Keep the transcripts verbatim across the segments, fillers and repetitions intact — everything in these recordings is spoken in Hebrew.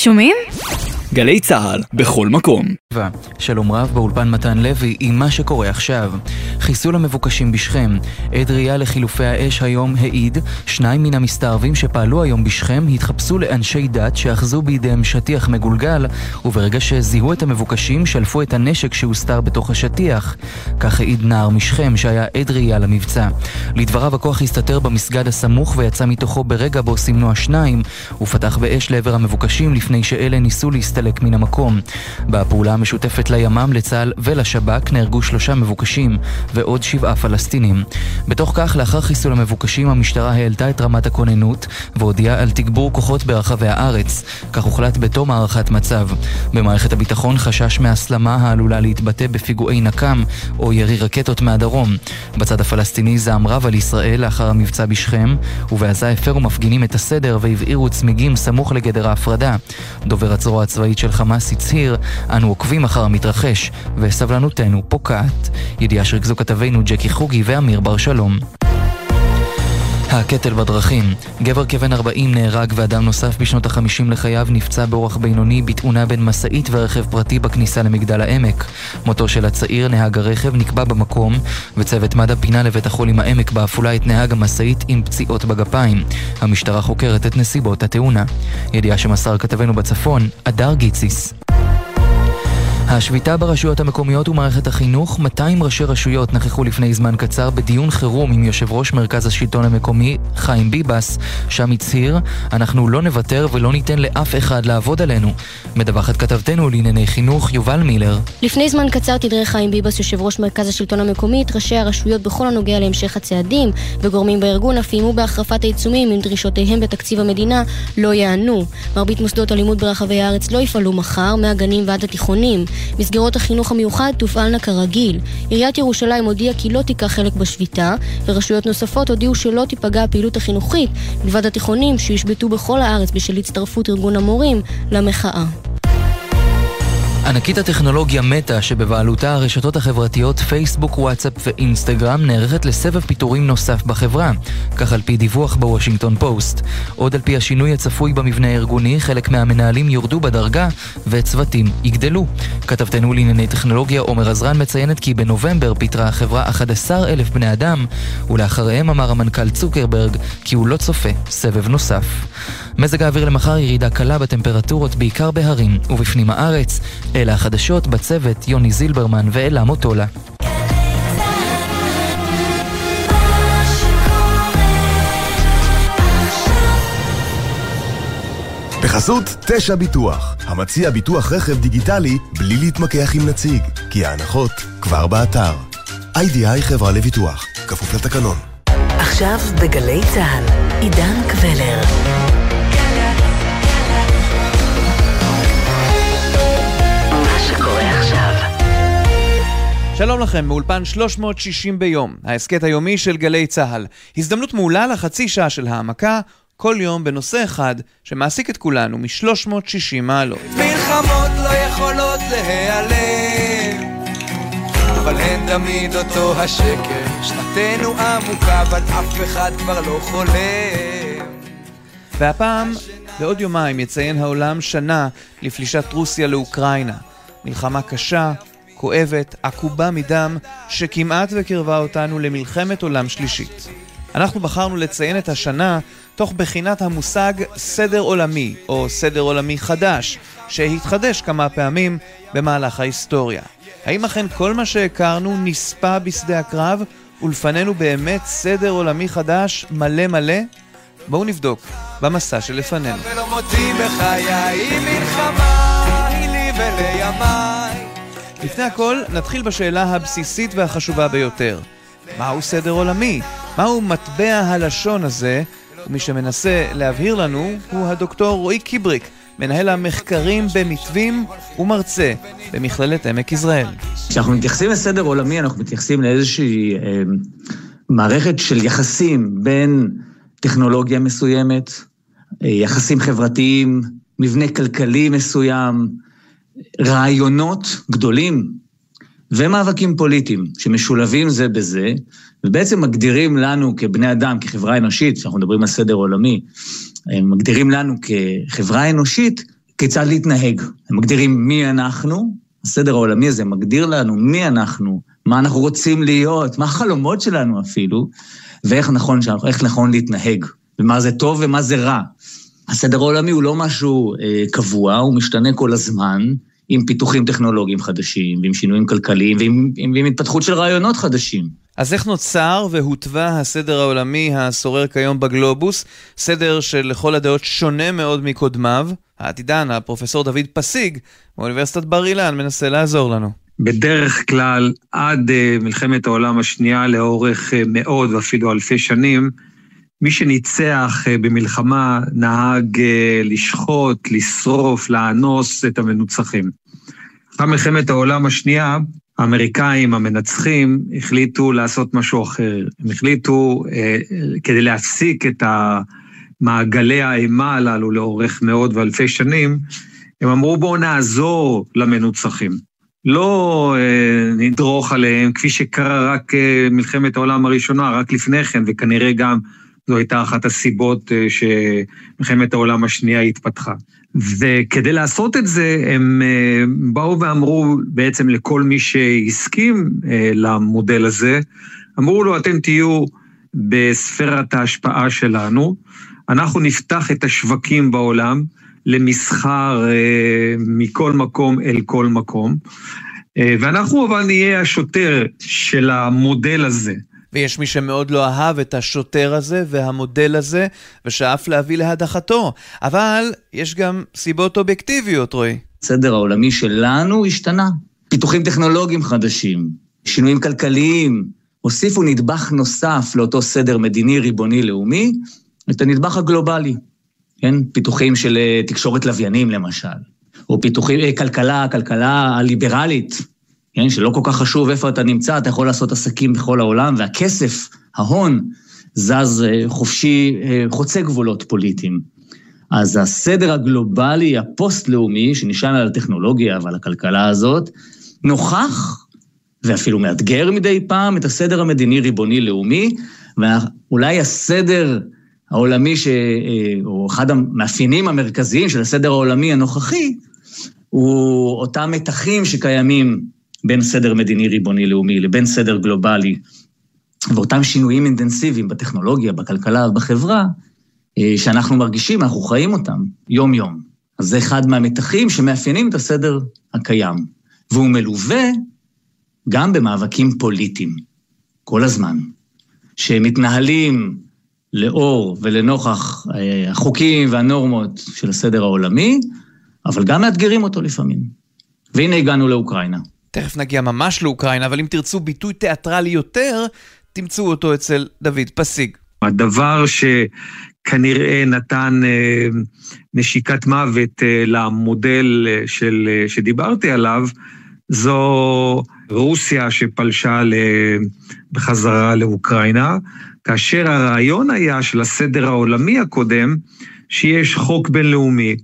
שומעים? גלי צהל, בכל מקום. שלום רב, באולפן מתן לוי עם מה שקורה עכשיו. חיסול המבוקשים בשכם. עד ראייה לחילופי האש היום העיד, שניים מן המסתערבים שפעלו היום בשכם התחפשו לאנשי דת שאחזו בידיהם שטיח מגולגל, וברגע שזיהו את המבוקשים שלפו את הנשק שהוסתר בתוך השטיח. כך העיד נער משכם שהיה עד ראייה למבצע. לדבריו הכוח הסתתר במסגד הסמוך ויצא מתוכו ברגע בו סימנו השניים, ופתח באש לעבר המבוקשים לפני שאלה ניסו להסתלק מן המקום. בפעולה המשותפת לימ"מ, לצה"ל ולשב"כ נהרגו שלושה מבוקשים ועוד שבעה פלסטינים. בתוך כך, לאחר חיסול המבוקשים, המשטרה העלתה את רמת הכוננות והודיעה על תגבור כוחות ברחבי הארץ. כך הוחלט בתום הערכת מצב. במערכת הביטחון חשש מהסלמה העלולה להתבטא בפיגועי נקם או ירי רקטות מהדרום. בצד הפלסטיני זעם רב על ישראל לאחר המבצע בשכם, ובעזה הפרו מפגינים את הסדר והבעירו צמיגים סמוך לגדר ההפרדה. דובר הזרוע הצבאית של חמאס הצהיר, אנו עוקבים אחר המתרחש וסבלנותנו פוקעת. ידיעה שריכזו כתבינו ג'קי חוגי ואמיר בר שלום. הקטל בדרכים. גבר כבן ארבעים נהרג ואדם נוסף בשנות החמישים לחייו נפצע באורח בינוני בתאונה בין מסעית ורכב פרטי בכניסה למגדל העמק. מותו של הצעיר, נהג הרכב, נקבע במקום, וצוות מד"א פינה לבית החולים העמק בעפולה את נהג המסעית עם פציעות בגפיים. המשטרה חוקרת את נסיבות התאונה. ידיעה שמסר כתבנו בצפון, אדר גיציס. השביתה ברשויות המקומיות ומערכת החינוך. מאתיים ראשי רשויות נכחו לפני זמן קצר בדיון חירום עם יושב ראש מרכז השלטון המקומי חיים ביבס, שם הצהיר, אנחנו לא נוותר ולא ניתן לאף אחד לעבוד עלינו. מדווחת כתבתנו לענייני חינוך יובל מילר. לפני זמן קצר תדרך חיים ביבס, יושב ראש מרכז השלטון המקומי, את ראשי הרשויות בכל הנוגע להמשך הצעדים, וגורמים בארגון אף איימו בהחרפת העיצומים אם דרישותיהם בתקציב המדינה לא יענו. מרבית מוסדות הלימוד ברחבי הארץ לא יפעלו מחר, מהגנים ועד התיכונים. מסגרות החינוך המיוחד תופעלנה כרגיל. עיריית ירושלים הודיעה כי לא תיקח חלק בשביתה, ורשויות נוספות הודיעו שלא תיפגע הפעילות החינוכית, מלבד התיכונים שישבתו בכל הארץ בשל הצטרפות ארגון המורים למחאה. ענקית הטכנולוגיה מטא שבבעלותה הרשתות החברתיות פייסבוק, וואטסאפ ואינסטגרם נערכת לסבב פיטורים נוסף בחברה, כך על פי דיווח בוושינגטון פוסט. עוד על פי השינוי הצפוי במבנה הארגוני, חלק מהמנהלים יורדו בדרגה וצוותים יגדלו. כתבתנו לענייני טכנולוגיה עומר עזרן מציינת כי בנובמבר פיטרה החברה אחד עשר אלף בני אדם, ולאחריהם אמר המנכ"ל צוקרברג כי הוא לא צופה סבב נוסף. מזג האוויר למחר, ירידה קלה בטמפרטורות בעיקר בהרים ובפנים הארץ. אלה החדשות, בצוות יוני זילברמן ואלה מוטולה. בחסות תשע ביטוח, המציע ביטוח רכב דיגיטלי בלי להתמקח עם נציג, כי ההנחות כבר באתר. איי די איי חברה לביטוח, כפוף לתקנון. עכשיו בגלי צהל, עידן קבלר. שלום לכם, מאולפן שלוש מאות שישים ביום, ההסקט היומי של גלי צהל. הזדמנות מעולה לחצי שעה של העמקה, כל יום בנושא אחד שמעסיק את כולנו מ-שלוש מאות שישים מעלות. מלחמות לא יכולות להיעלם, אבל הן תמיד אותו השקר. שנתנו עמוקה, אבל אף אחד כבר לא חולם. והפעם, בעוד יומיים יציין העולם שנה לפלישת רוסיה לאוקראינה. מלחמה קשה, כואבת, עקובה מדם, שכמעט וקרבה אותנו למלחמת עולם שלישית. אנחנו בחרנו לציין את השנה תוך בחינת המושג סדר עולמי, או סדר עולמי חדש, שהתחדש כמה פעמים במהלך ההיסטוריה. האם אכן כל מה שהכרנו נספה בשדה הקרב, ולפנינו באמת סדר עולמי חדש מלא מלא? בואו נבדוק במסע שלפנינו. ולא מותי בחיי, מלחמה, היא לי ולימיי. לפני הכל, נתחיל בשאלה הבסיסית והחשובה ביותר. מהו סדר עולמי? מהו מטבע הלשון הזה? ומי שמנסה להבהיר לנו הוא הדוקטור רועי קיבריק, מנהל המחקרים במתווים ומרצה במכללת עמק יזרעאל. כשאנחנו מתייחסים לסדר עולמי, אנחנו מתייחסים לאיזושהי אה, מערכת של יחסים בין טכנולוגיה מסוימת, אה, יחסים חברתיים, מבנה כלכלי מסוים, רעיונות גדולים ומאבקים פוליטיים שמשולבים זה בזה, ובעצם מגדירים לנו כבני אדם, כחברה אנושית, שאנחנו מדברים על סדר עולמי, מגדירים לנו כחברה אנושית כיצד להתנהג. הם מגדירים מי אנחנו, הסדר העולמי הזה מגדיר לנו מי אנחנו, מה אנחנו רוצים להיות, מה החלומות שלנו אפילו, ואיך נכון, איך נכון להתנהג, ומה זה טוב ומה זה רע. הסדר העולמי הוא לא משהו אה, קבוע, הוא משתנה כל הזמן, עם פיתוחים טכנולוגיים חדשים, ועם שינויים כלכליים, ועם, עם, עם התפתחות של רעיונות חדשים. אז איך נוצר והוטבע הסדר העולמי השורר כיום בגלובוס, סדר שלכל הדעות שונה מאוד מקודמיו? העתידן, הפרופסור דוד פסיג, מאוניברסיטת בר אילן, מנסה לעזור לנו. בדרך כלל, עד uh, מלחמת העולם השנייה, לאורך uh, מאות ואפילו אלפי שנים, מי שניצח uh, במלחמה נהג uh, לשחוט, לשרוף, לאנוס את המנוצחים. אחרי מלחמת העולם השנייה, האמריקאים, המנצחים, החליטו לעשות משהו אחר. הם החליטו, uh, כדי להפסיק את מעגלי האימה הללו לאורך מאות ואלפי שנים, הם אמרו בואו נעזור למנוצחים. לא אה, נדרוך עליהם, כפי שקרה רק אה, מלחמת העולם הראשונה, רק לפני כן, וכנראה גם זו הייתה אחת הסיבות אה, שמלחמת העולם השנייה התפתחה. וכדי לעשות את זה, הם אה, באו ואמרו בעצם לכל מי שהסכים אה, למודל הזה, אמרו לו, אתם תהיו בספירת ההשפעה שלנו, אנחנו נפתח את השווקים בעולם, למסחר אה, מכל מקום אל כל מקום, אה, ואנחנו אבל נהיה השוטר של המודל הזה. ויש מי שמאוד לא אהב את השוטר הזה והמודל הזה, ושאף להביא להדחתו. אבל יש גם סיבות אובייקטיביות, רואי. הסדר העולמי שלנו השתנה. פיתוחים טכנולוגיים חדשים, שינויים כלכליים, הוסיפו נדבך נוסף לאותו סדר מדיני ריבוני לאומי, את הנדבך הגלובלי. כן? פיתוחים של תקשורת לוויינים למשל, או פיתוחים, כלכלה, כלכלה הליברלית, כן? שלא כל כך חשוב איפה אתה נמצא, אתה יכול לעשות עסקים בכל העולם, והכסף, ההון, זז חופשי, חוצה גבולות פוליטיים. אז הסדר הגלובלי, הפוסט-לאומי, שנשען על הטכנולוגיה ועל הכלכלה הזאת, נוכח, ואפילו מאתגר מדי פעם, את הסדר המדיני ריבוני לאומי, ואולי הסדר העולמי, ש... או אחד המאפיינים המרכזיים של הסדר העולמי הנוכחי, הוא אותם מתחים שקיימים בין סדר מדיני ריבוני לאומי לבין סדר גלובלי, ואותם שינויים אינטנסיביים בטכנולוגיה, בכלכלה ובחברה, שאנחנו מרגישים, אנחנו חיים אותם יום יום. אז זה אחד מהמתחים שמאפיינים את הסדר הקיים, והוא מלווה גם במאבקים פוליטיים, כל הזמן, שמתנהלים לאור ולנוכח החוקים והנורמות של הסדר העולמי, אבל גם מאתגרים אותו לפעמים. והנה הגענו לאוקראינה. תכף נגיע ממש לאוקראינה, אבל אם תרצו ביטוי תיאטרלי יותר, תמצאו אותו אצל דוד פסיג. הדבר שכנראה נתן נשיקת מוות למודל של, שדיברתי עליו, זו רוסיה שפלשה בחזרה לאוקראינה, כאשר הרעיון היה של הסדר העולמי הקודם, שיש חוק בינלאומי,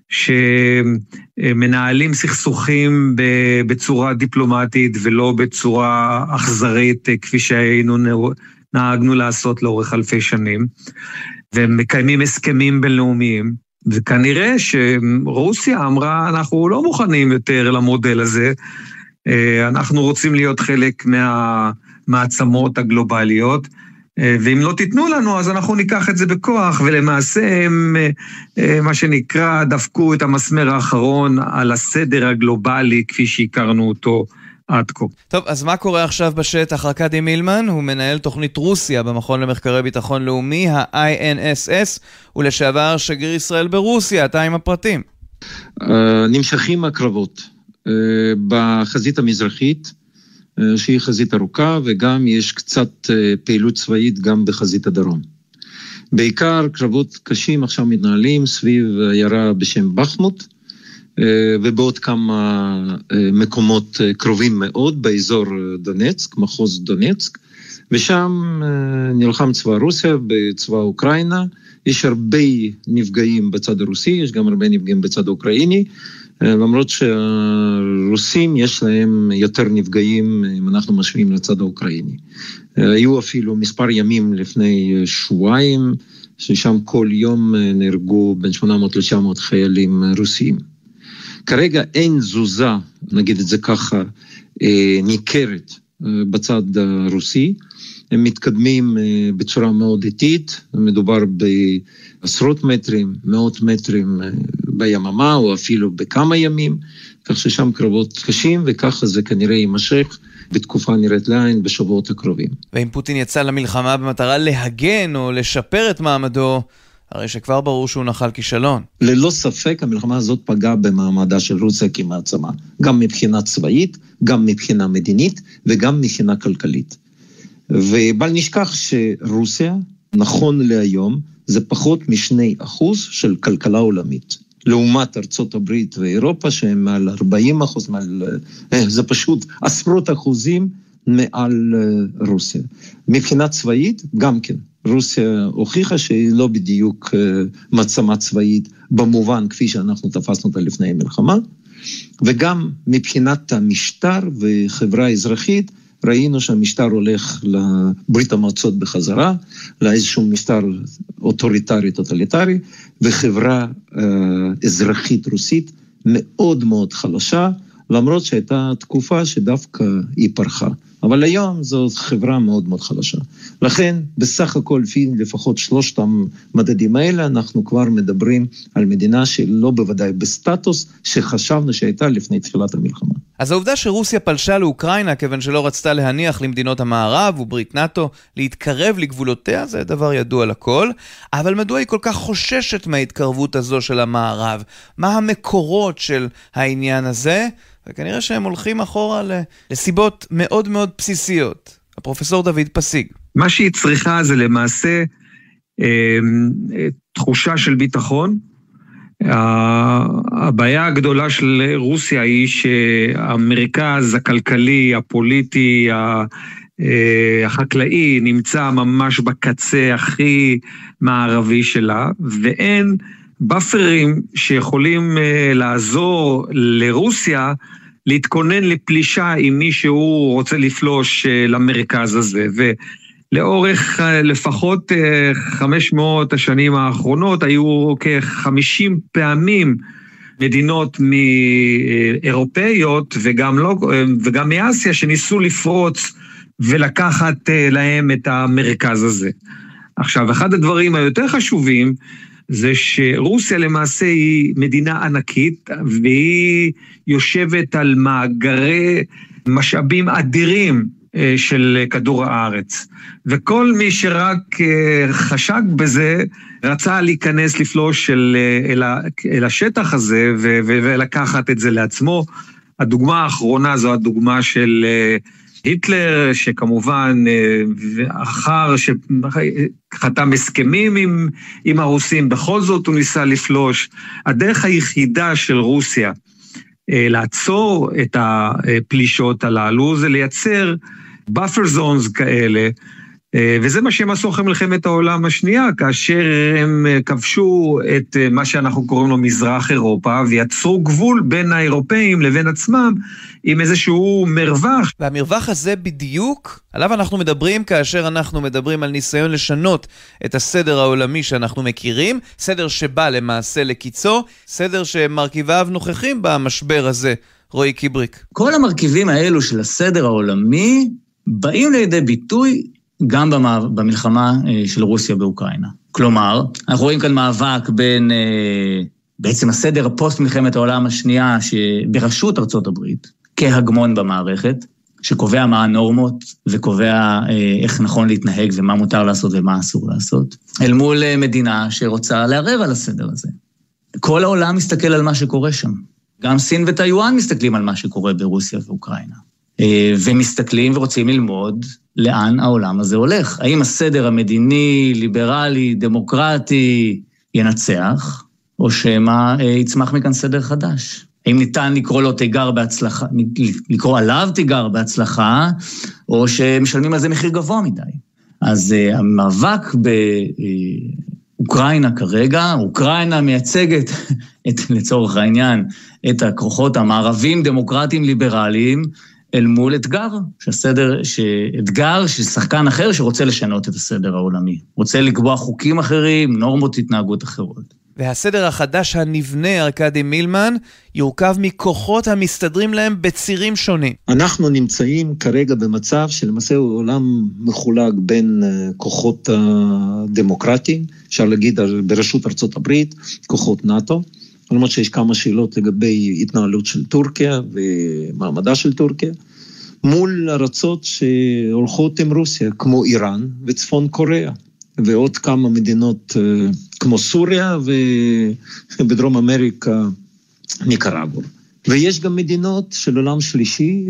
שמנהלים סכסוכים בצורה דיפלומטית, ולא בצורה אכזרית, כפי שהיינו נהגנו לעשות לאורך אלפי שנים, ומקיימים הסכמים בינלאומיים, וכנראה שרוסיה אמרה, אנחנו לא מוכנים יותר למודל הזה, אנחנו רוצים להיות חלק מהמעצמות הגלובליות, ואם לא תיתנו לנו, אז אנחנו ניקח את זה בכוח, ולמעשה הם, מה שנקרא, דפקו את המסמר האחרון על הסדר הגלובלי, כפי שהכרנו אותו עד כה. טוב, אז מה קורה עכשיו בשטח? ארקדי מילמן, הוא מנהל תוכנית רוסיה במכון למחקרי ביטחון לאומי, ה-איי אן אס אס, ולשעבר שגריר ישראל ברוסיה, אתה עם הפרטים. נמשכים הקרבות בחזית המזרחית, שהיא חזית ארוכה, וגם יש קצת פעילות צבאית גם בחזית הדרום. בעיקר קרבות קשים עכשיו מתנהלים סביב עיירה בשם בחמוט, ובעוד כמה מקומות קרובים מאוד באזור דונצק, מחוז דונצק, ושם נלחם צבא רוסיה בצבא אוקראינה, יש הרבה נפגעים בצד הרוסי, יש גם הרבה נפגעים בצד האוקראיני, למרות שהרוסים יש להם יותר נפגעים אם אנחנו משווים לצד האוקראיני. היו אפילו מספר ימים לפני שבועיים, ששם כל יום נהרגו בין שמונה מאות ל-תשע מאות חיילים רוסיים. כרגע אין תזוזה, נגיד את זה ככה, ניכרת בצד הרוסי, הם מתקדמים בצורה מאוד איטית, מדובר בעשרות מטרים, מאות מטרים ביממה, או אפילו בכמה ימים, כך ששם קרבות קשים, וככה זה כנראה יימשך בתקופה נראית לעין בשבועות הקרובים. ואם פוטין יצא למלחמה במטרה להגן או לשפר את מעמדו, הרי שכבר ברור שהוא נחל כישלון. ללא ספק המלחמה הזאת פגעה במעמדה של רוסיה כמעצמה, גם מבחינה צבאית, גם מבחינה מדינית וגם מבחינה כלכלית. ובל נשכח שרוסיה, נכון להיום, זה פחות משני אחוז של כלכלה עולמית. לעומת ארצות הברית ואירופה, שהם מעל ארבעים אחוז, מעל, זה פשוט עשרות אחוזים מעל רוסיה. מבחינה צבאית, גם כן. רוסיה הוכיחה שהיא לא בדיוק מעצמה צבאית, במובן כפי שאנחנו תפסנו אותה לפני המלחמה, וגם מבחינת המשטר וחברה אזרחית, ראינו שהמשטר הולך לברית המועצות בחזרה, לאיזשהו משטר אוטוריטרי, טוטליטרי, וחברה אה, אזרחית רוסית מאוד מאוד חלשה, למרות שהייתה תקופה שדווקא היא פרחה. אבל היום זו חברה מאוד מאוד חלשה. לכן, בסך הכל, לפחות שלושת המדדים האלה, אנחנו כבר מדברים על מדינה שלא בוודאי בסטטוס שחשבנו שהייתה לפני תחילת המלחמה. אז העובדה שרוסיה פלשה לאוקראינה, כיוון שלא רצתה להניח למדינות המערב וברית נאטו להתקרב לגבולותיה, זה דבר ידוע לכל, אבל מדוע היא כל כך חוששת מההתקרבות הזו של המערב? מה המקורות של העניין הזה? וכנראה שהם הולכים אחורה לסיבות מאוד מאוד בסיסיות. הפרופסור דוד פסיג. מה שהיא צריכה זה למעשה אה, תחושה של ביטחון. הבעיה הגדולה של רוסיה היא שהמרכז הכלכלי, הפוליטי, החקלאי נמצא ממש בקצה הכי מערבי שלה, ואין בפרים שיכולים לעזור לרוסיה להתכונן לפלישה אם מישהו רוצה לפלוש למרכז הזה. ולאורך לפחות חמש מאות השנים האחרונות היו כ-חמישים פעמים מדינות מאירופאיות וגם, לא, וגם מאסיה שניסו לפרוץ ולקחת להם את המרכז הזה. עכשיו, אחד הדברים היותר חשובים זה שרוסיה למעשה היא מדינה ענקית, והיא יושבת על מאגרי משאבים אדירים של כדור הארץ. וכל מי שרק חשק בזה, רצה להיכנס לפלוש של, אל, אל השטח הזה, ו, ולקחת את זה לעצמו. הדוגמה האחרונה זו הדוגמה של היטלר, שכמובן אחר שחתם הסכמים עם, עם הרוסים, בכל זאת הוא ניסה לפלוש. הדרך היחידה של רוסיה לעצור את הפלישות הללו, זה לייצר buffer zones כאלה, וזה מה שהם עשו אחרי מלחמת העולם השנייה, כאשר הם כבשו את מה שאנחנו קוראים לו מזרח אירופה, ויצרו גבול בין האירופאים לבין עצמם, עם איזשהו מרווח. והמרווח הזה בדיוק, עליו אנחנו מדברים כאשר אנחנו מדברים על ניסיון לשנות את הסדר העולמי שאנחנו מכירים, סדר שבא למעשה לקיצו, סדר שמרכיביו נוכחים במשבר הזה. רועי קיבריק. כל המרכיבים האלו של הסדר העולמי באים לידי ביטוי גם במלחמה של רוסיה באוקראינה. כלומר, אנחנו רואים כאן מאבק בין בעצם הסדר הפוסט מלחמת העולם השנייה שבראשות ארצות הברית, כהגמון במערכת, שקובע מה הנורמות וקובע איך נכון להתנהג ומה מותר לעשות ומה אסור לעשות, אל מול מדינה שרוצה לערער על הסדר הזה. כל העולם מסתכל על מה שקורה שם. גם סין וטיואן מסתכלים על מה שקורה ברוסיה ואוקראינה. ומסתכלים ורוצים ללמוד לאן העולם הזה הולך. האם הסדר המדיני, ליברלי, דמוקרטי ינצח, או שמה יצמח מכאן סדר חדש? האם ניתן לקרוא לו תיגר בהצלחה, לקרוא עליו תיגר בהצלחה, או שמשלמים על זה מחיר גבוה מדי? אז המאבק באוקראינה כרגע, אוקראינה מייצגת את, לצורך העניין, את הכוחות המערבים דמוקרטיים ליברליים, אל מול אתגר, שהסדר, שאתגר של שחקן אחר שרוצה לשנות את הסדר העולמי. רוצה לקבוע חוקים אחרים, נורמות התנהגות אחרות. והסדר החדש הנבנה, ארקדי מילמן, יורכב מכוחות המסתדרים להם בצירים שונים. אנחנו נמצאים כרגע במצב שלמעשה העולם מחולק בין כוחות הדמוקרטיים, אפשר להגיד בראשות ארצות הברית, כוחות נאטו, למרות שיש כמה שאלות לגבי התנהלות של טורקיה ומעמדה של טורקיה, מול ארצות שהולכות עם רוסיה, כמו איראן וצפון קוריאה. ועוד כמה מדינות כמו סוריה ובדרום אמריקה ניקרגואה. ויש גם מדינות של עולם שלישי,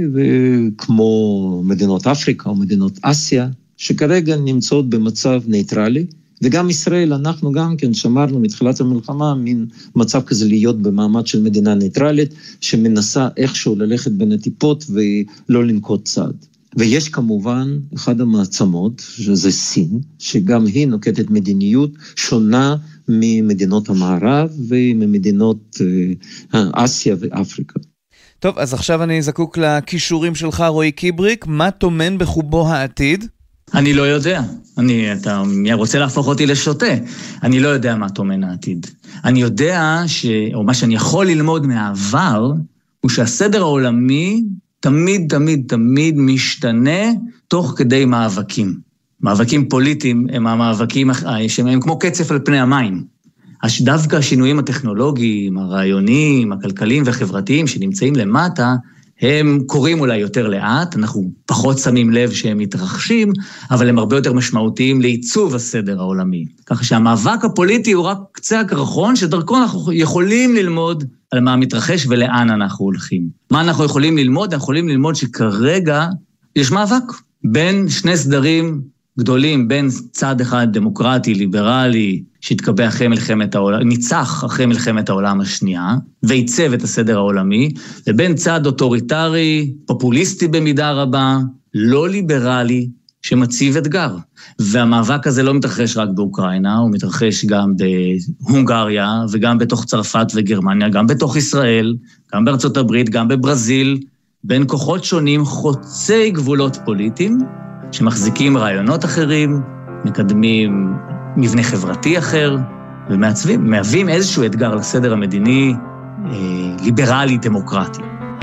כמו מדינות אפריקה או מדינות אסיה, שכרגע נמצאות במצב נייטרלי, וגם ישראל, אנחנו גם כן שמרנו מתחילת המלחמה, מין מצב כזה להיות במעמד של מדינה נייטרלית, שמנסה איכשהו ללכת בין הטיפות ולא לנקוט צעד. ויש כמובן אחד המעצמות, שזה סין, שגם היא נוקטת מדיניות שונה ממדינות המערב וממדינות אסיה ואפריקה. טוב, אז עכשיו אני זקוק לכישורים שלך, רועי קיבריק. מה תומן בחובו העתיד? אני לא יודע. אני, אתה רוצה להפוך אותי לשוטה. אני לא יודע מה תומן העתיד. אני יודע, ש, או מה שאני יכול ללמוד מהעבר, הוא שהסדר העולמי תמיד, תמיד, תמיד משתנה תוך כדי מאבקים. מאבקים פוליטיים הם המאבקים שהם כמו קצף על פני המים. דווקא השינויים הטכנולוגיים, הרעיוניים, הכלכליים והחברתיים שנמצאים למטה, הם קורים אולי יותר לאט, אנחנו פחות שמים לב שהם מתרחשים, אבל הם הרבה יותר משמעותיים לעיצוב הסדר העולמי. ככה שהמאבק הפוליטי הוא רק קצה הקרחון, שדרכו אנחנו יכולים ללמוד על מה מתרחש ולאן אנחנו הולכים. מה אנחנו יכולים ללמוד? אנחנו יכולים ללמוד שכרגע יש מאבק בין שני סדרים גדולים, בין צד אחד דמוקרטי, ליברלי, שהתקבע אחרי מלחמת העולם, ניצח אחרי מלחמת העולם השנייה, ועיצב את הסדר העולמי, לבין צד אוטוריטרי, פופוליסטי במידה רבה, לא ליברלי, שמציב אתגר. והמאבק הזה לא מתרחש רק באוקראינה, הוא מתרחש גם בהונגריה, וגם בתוך צרפת וגרמניה, גם בתוך ישראל, גם בארצות הברית, גם בברזיל, בין כוחות שונים חוצי גבולות פוליטיים, שמחזיקים רעיונות אחרים, מקדמים מבנה חברתי אחר, ומעצבים, מהווים איזשהו אתגר לסדר המדיני אה, ליברלי דמוקרטי.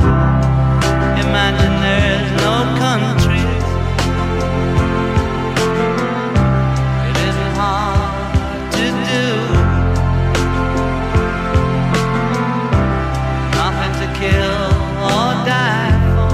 Imagine there's no country. It isn't hard to do. Nothing to kill or die for.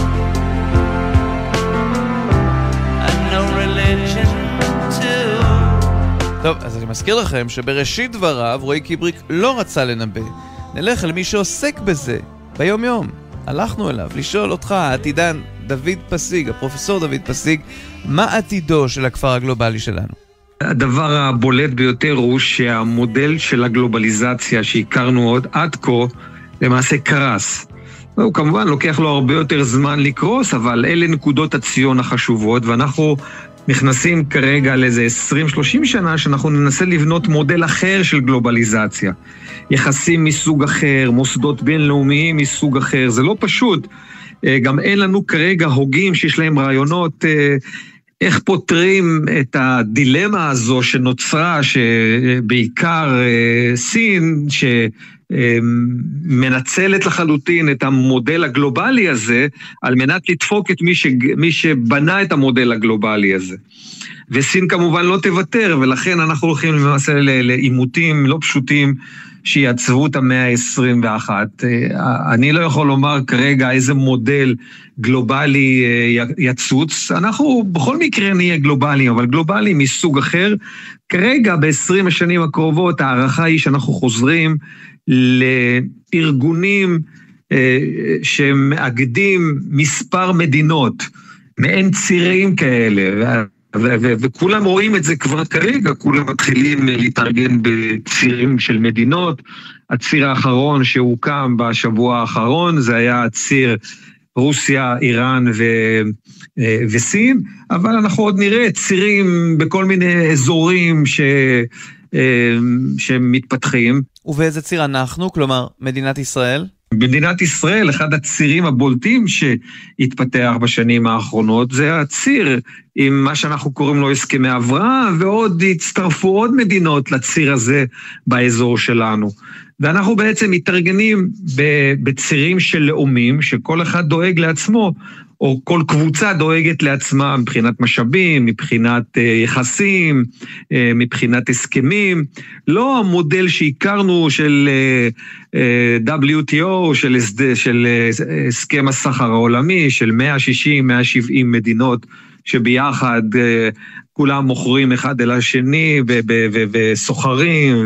And no religion too. טוב, אז אני מזכיר לכם שבראשית דבריו רועי קיבריק לא רצה לנבא. נלך אל מי שעוסק בזה ביום יום. הלכנו אליו לשאול אותך, העתידן דוד פסיג, הפרופסור דוד פסיג, מה עתידו של הכפר הגלובלי שלנו? הדבר הבולט ביותר הוא שהמודל של הגלובליזציה שהכרנו עוד עד כה למעשה קרס. הוא כמובן לוקח לו הרבה יותר זמן לקרוס, אבל אלה נקודות הציון החשובות, ואנחנו נכנסים כרגע לאיזה עשרים שלושים שנה שאנחנו ננסה לבנות מודל אחר של גלובליזציה. יחסים מסוג אחר, מוסדות בינלאומיים מסוג אחר, זה לא פשוט. גם אין לנו כרגע הוגים שיש להם רעיונות איך פותרים את הדילמה הזו שנוצרה, שבעיקר סין, שמנצלת לחלוטין את המודל הגלובלי הזה, על מנת לדפוק את מי, ש... מי שבנה את המודל הגלובלי הזה. וסין כמובן לא תוותר, ולכן אנחנו הולכים למעשה לעימותים לא פשוטים, שיעצבו את המאה ה-עשרים ואחת. אני לא יכול לומר כרגע איזה מודל גלובלי יצוץ. אנחנו בכל מקרה נהיה גלובליים, אבל גלובליים מסוג אחר. כרגע ב-עשרים השנים הקרובות הערכה היא שאנחנו חוזרים לארגונים שמאגדים מספר מדינות, מעין צירים כאלה, ו- ו- וכולם רואים את זה כבר כרגע, כולם מתחילים להתארגן בצירים של מדינות. הציר האחרון שהוקם בשבוע האחרון, זה היה הציר רוסיה, איראן ו- וסין, אבל אנחנו עוד נראה צירים בכל מיני אזורים ש- שמתפתחים. ובאיזה ציר אנחנו, כלומר מדינת ישראל? במדינת ישראל, אחד הצירים הבולטים שהתפתח בשנים האחרונות, זה הציר עם מה שאנחנו קוראים לו הסכמי אברהם, ועוד הצטרפו עוד מדינות לציר הזה באזור שלנו. ואנחנו בעצם מתארגנים בצירים של לאומים, שכל אחד דואג לעצמו, או כל קבוצה דואגת לעצמה מבחינת משאבים, מבחינת יחסים, מבחינת הסכמים. לא המודל שהכרנו של דאבליו טי או, של, של הסכם הסחר העולמי, של מאה שישים מאה שבעים מדינות, שביחד כולם מוכרים אחד אל השני, וסוחרים,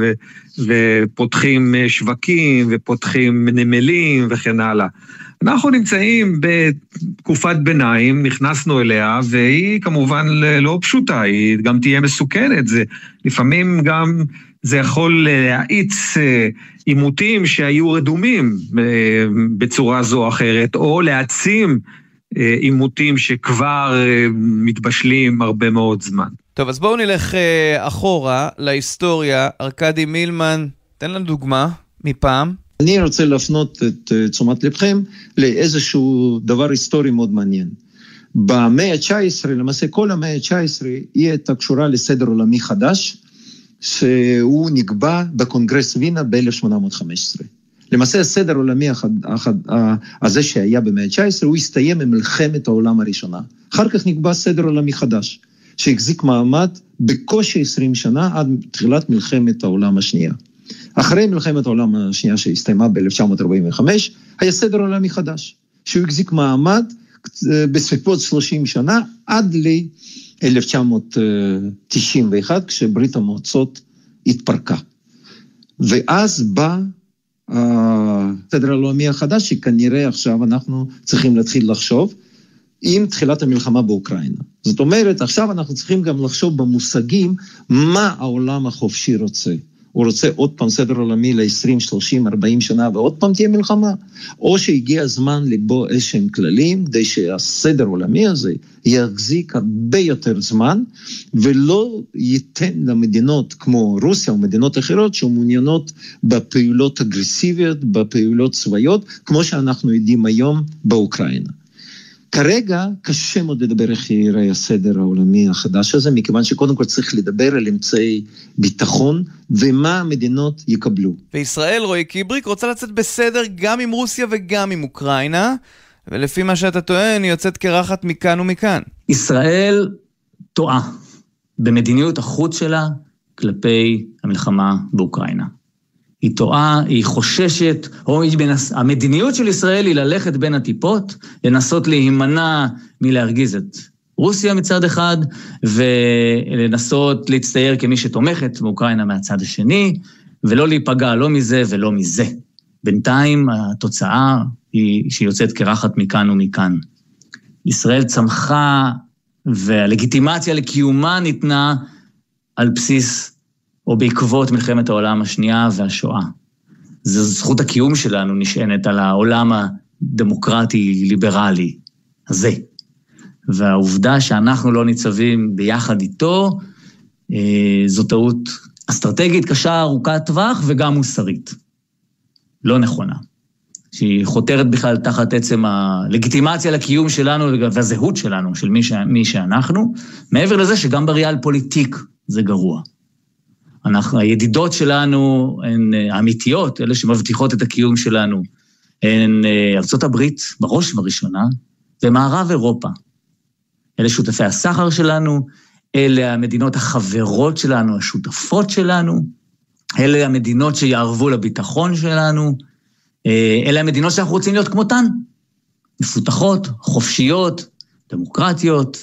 ופותחים שווקים, ופותחים נמלים וכן הלאה. אנחנו נמצאים בתקופת ביניים, נכנסנו אליה, והיא כמובן לא פשוטה, היא גם תהיה מסוכנת. זה, לפעמים גם זה יכול להאיץ עימותים שהיו רדומים בצורה זו או אחרת, או להעצים עימותים שכבר מתבשלים הרבה מאוד זמן. טוב, אז בואו נלך אחורה להיסטוריה. ארקדי מילמן, תן לנו דוגמה מפעם. אני רוצה להפנות את תשומת לבכם לאיזשהו דבר היסטורי מאוד מעניין. במאה ה-תשע עשרה, למעשה כל המאה ה-תשע עשרה, היא הייתה קשורה לסדר עולמי חדש, שהוא נקבע בקונגרס וינה ב-אלף שמונה מאות וחמש עשרה. למעשה הסדר העולמי הזה שהיה במאה ה-תשע עשרה, הוא הסתיים ממלחמת העולם הראשונה. אחר כך נקבע סדר עולמי חדש, שהחזיק מעמד בקושי עשרים שנה עד תחילת מלחמת העולם השנייה. אחרי מלחמת העולם השנייה שהסתיימה ב-אלף תשע מאות ארבעים וחמש, היה סדר עולמי חדש, שהוא החזיק מעמד בסביבות שלושים שנה, עד ל-אלף תשע מאות תשעים ואחת, כשברית המועצות התפרקה. ואז בא הסדר העולמי החדש, שכנראה עכשיו אנחנו צריכים להתחיל לחשוב, עם תחילת המלחמה באוקראינה. זאת אומרת, עכשיו אנחנו צריכים גם לחשוב במושגים, מה העולם החופשי רוצה. הוא רוצה עוד פעם סדר עולמי ל-עשרים, שלושים, ארבעים שנה, ועוד פעם תהיה מלחמה, או שהגיע הזמן לקבוע איזשהם כללים, כדי שהסדר העולמי הזה יחזיק הרבה יותר זמן, ולא ייתן למדינות כמו רוסיה או מדינות אחרות, שמעוניינות בפעולות אגרסיביות, בפעולות צבאיות, כמו שאנחנו יודעים היום באוקראינה. כרגע קשה מאוד לדבר איך יראה הסדר העולמי החדש הזה, מכיוון שקודם כל צריך לדבר על אמצעי ביטחון, ומה המדינות יקבלו. וישראל, רועי קיבריק, רוצה לצאת בסדר גם עם רוסיה וגם עם אוקראינה, ולפי מה שאתה טוען, היא יוצאת קרחת מכאן ומכאן. ישראל טועה במדיניות החוץ שלה כלפי המלחמה באוקראינה. היא טועה, היא חוששת, או המדיניות של ישראל היא ללכת בין הטיפות, לנסות להימנע מלהרגיז את רוסיה מצד אחד, ולנסות להצטייר כמי שתומכת באוקראינה מהצד השני, ולא להיפגע לא מזה ולא מזה. בינתיים התוצאה היא שיוצאת קרחת מכאן ומכאן. ישראל צמחה, והלגיטימציה לקיומה ניתנה על בסיס או בעקבות מלחמת העולם השנייה והשואה. זו זכות הקיום שלנו נשענת על העולם הדמוקרטי-ליברלי הזה. והעובדה שאנחנו לא ניצבים ביחד איתו, זו טעות אסטרטגית, קשה, ארוכת טווח וגם מוסרית. לא נכונה. שהיא חותרת בכלל תחת עצם הלגיטימציה לקיום שלנו והזהות שלנו, של מי, ש... מי שאנחנו, מעבר לזה שגם בריאל פוליטיק זה גרוע. אנחנו, הידידות שלנו הן אמיתיות, אלה שמבטיחות את הקיום שלנו, הן ארצות הברית בראש ובראשונה, ומערב אירופה. אלה שותפי הסחר שלנו, אלה המדינות החברות שלנו, השותפות שלנו, אלה המדינות שיערבו לביטחון שלנו, אלה המדינות שאנחנו רוצים להיות כמותן, מפותחות, חופשיות, דמוקרטיות.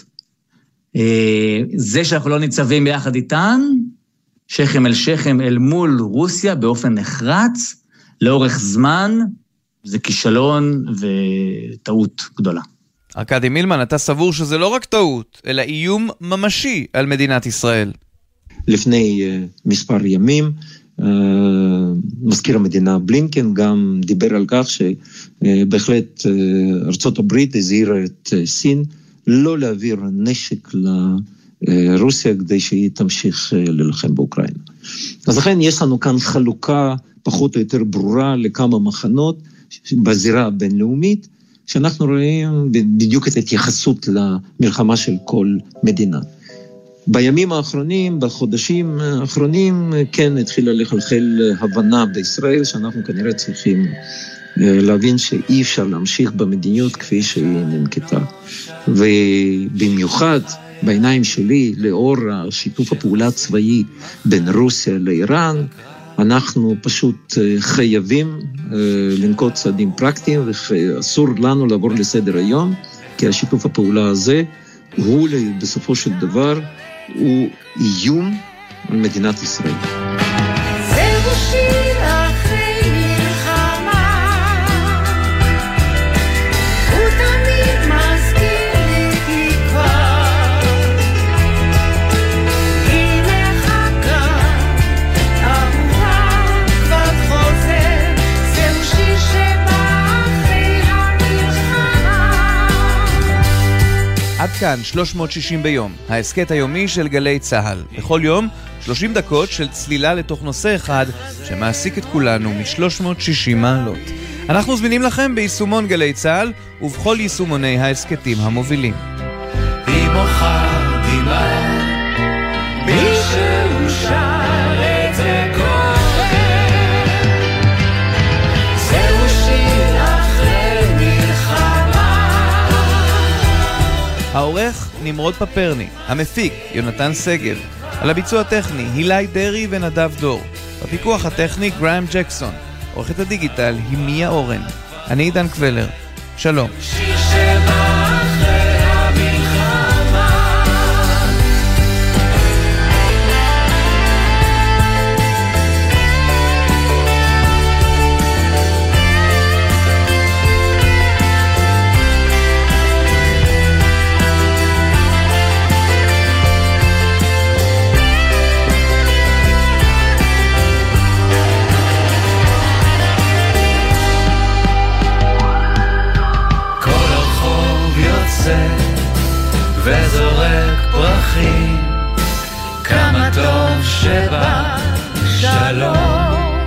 זה שאנחנו לא ניצבים ביחד איתן, שכם אל שכם אל מול רוסיה באופן נחרץ, לאורך זמן, זה כישלון וטעות גדולה. ארקדי מילמן, אתה סבור שזה לא רק טעות, אלא איום ממשי על מדינת ישראל. לפני uh, מספר ימים, uh, מזכיר המדינה בלינקן גם דיבר על כך שבהחלט uh, ארצות הברית הזהירה את uh, סין לא להעביר נשק לרוסיה כדי שהיא תמשיך uh, ללחם באוקראינה. אז לכן יש לנו כאן חלוקה פחות או יותר ברורה לכמה מחנות בזירה הבינלאומית, שאנחנו רואים בדיוק את ההתייחסות למלחמה של כל מדינה. בימים האחרונים, בחודשים האחרונים, כן התחילה לחלחל הבנה בישראל, שאנחנו כנראה צריכים להבין שאי אפשר להמשיך במדיניות כפי שהיא ננקטה. ובמיוחד בעיניים שלי, לאור שיתוף הפעולה הצבאי בין רוסיה לאיראן, אנחנו פשוט חייבים לנקוט צעדים פרקטיים, ואסור לנו לעבור לסדר היום, כי השיתוף הפעולה הזה הוא בסופו של דבר, הוא איום על מדינת ישראל. זהו שיר אחרי מלחמה, הוא תמיד מזכיר לי תקווה, הנה חכה, אהובה כבר חוזר, זהו שיר שבא אחרי המלחמה. עד כאן שלוש מאות ושישים ביום, ההסקט היומי של גלי צהל. בכל יום שלושים דקות של צלילה לתוך נושא אחד שמעסיק את כולנו מ-שלוש מאות ושישים מעלות. אנחנו זמינים לכם ביישומון גלי צהל ובכל יישומוני ההסקטים המובילים. במוחה דימה מי שאושר את זה קורא, זהו שיר אחרי מלחמה. העורך נמרוד פפרני, המפיק יונתן סגב, על הביצוע הטכני הילי דרי ונדב דור, בפיקוח הטכני גריים ג'קסון, עורכת הדיגיטל היא מיה אורן. אני עידן קבלר, שלום. שיר שבא אחרי המלחמה. וזורק פרחים, כמה טוב שבא שלום,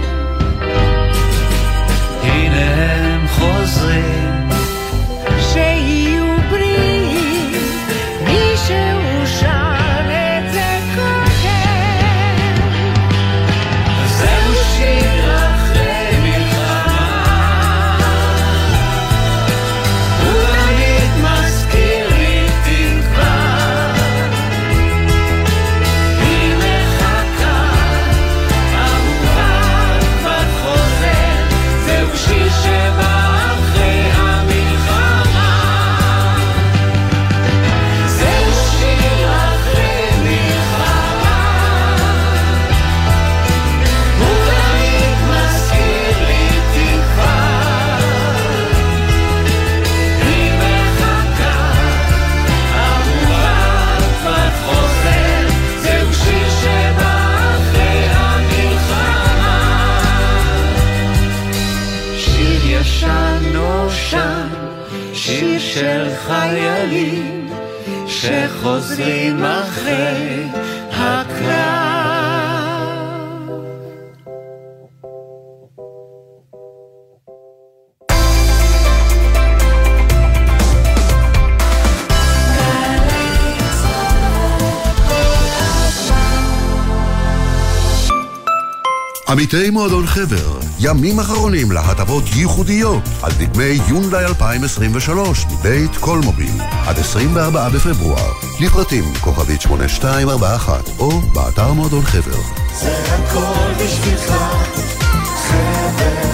הנה הם חוזרים, שיהיו בריאים, מי שאושר את זה קודם, זהו שיר אחרי מלחמה, הוא תמיד מזכיר לי תקווה, היא מחכה, אהובה כבר חוזר, זהו שיר שבא אחרי המלחמה, זהו שיר אחרי מלחמה, הוא תמיד מזכיר לי תקווה, היא מחכה, אהובה כבר חוזר, זהו שיר שבא אחרי המלחמה, שיר ישן נושן, שיר של חיילים שחוזרים אחרי הקרב. עמיתי מועדון חבר, ימים אחרונים להטבות ייחודיות על דגמי יונדאי אלפיים עשרים ושלוש מבית קולמוביל עד עשרים וארבעה בפברואר. לפרטים כוכבית שמונה שתיים ארבע אחת או באתר מועדון חבר. זה הכל בשבילך חבר.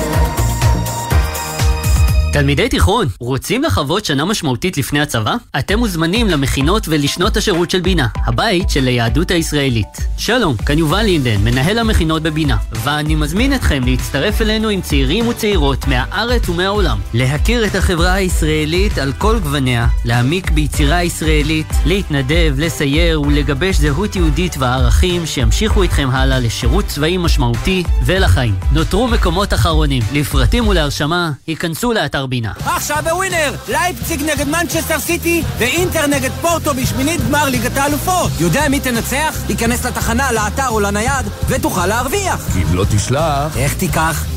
תלמידי תיכון, רוצים לחוות שנה משמעותית לפני הצבא? אתם מוזמנים למכינות ולשנות השירות של בינה, הבית של היהדות הישראלית. שלום, כאן יובל לינדן, מנהל המכינות בבינה, ואני מזמין אתכם להצטרף אלינו עם צעירים וצעירות מהארץ ומהעולם, להכיר את החברה הישראלית על כל גווניה, להעמיק ביצירה ישראלית, להתנדב, לסייר ולגבש זהות יהודית וערכים שימשיכו איתכם הלאה לשירות צבאי משמעותי ולחיים. נותרו מקומות אחרונים. לפרטים ולהרשמה, היכנסו לאתר באתר בינה. עכשיו בווינר, לייפציג נגד מנצ'סטר סיטי ואינטר נגד פורטו בשמינית גמר ליגת האלופות. יודע מי תנצח? תיכנס לתחנה, לאתר או לנייד ותוכל להרוויח. כי אם לא תשלח... איך תיקח?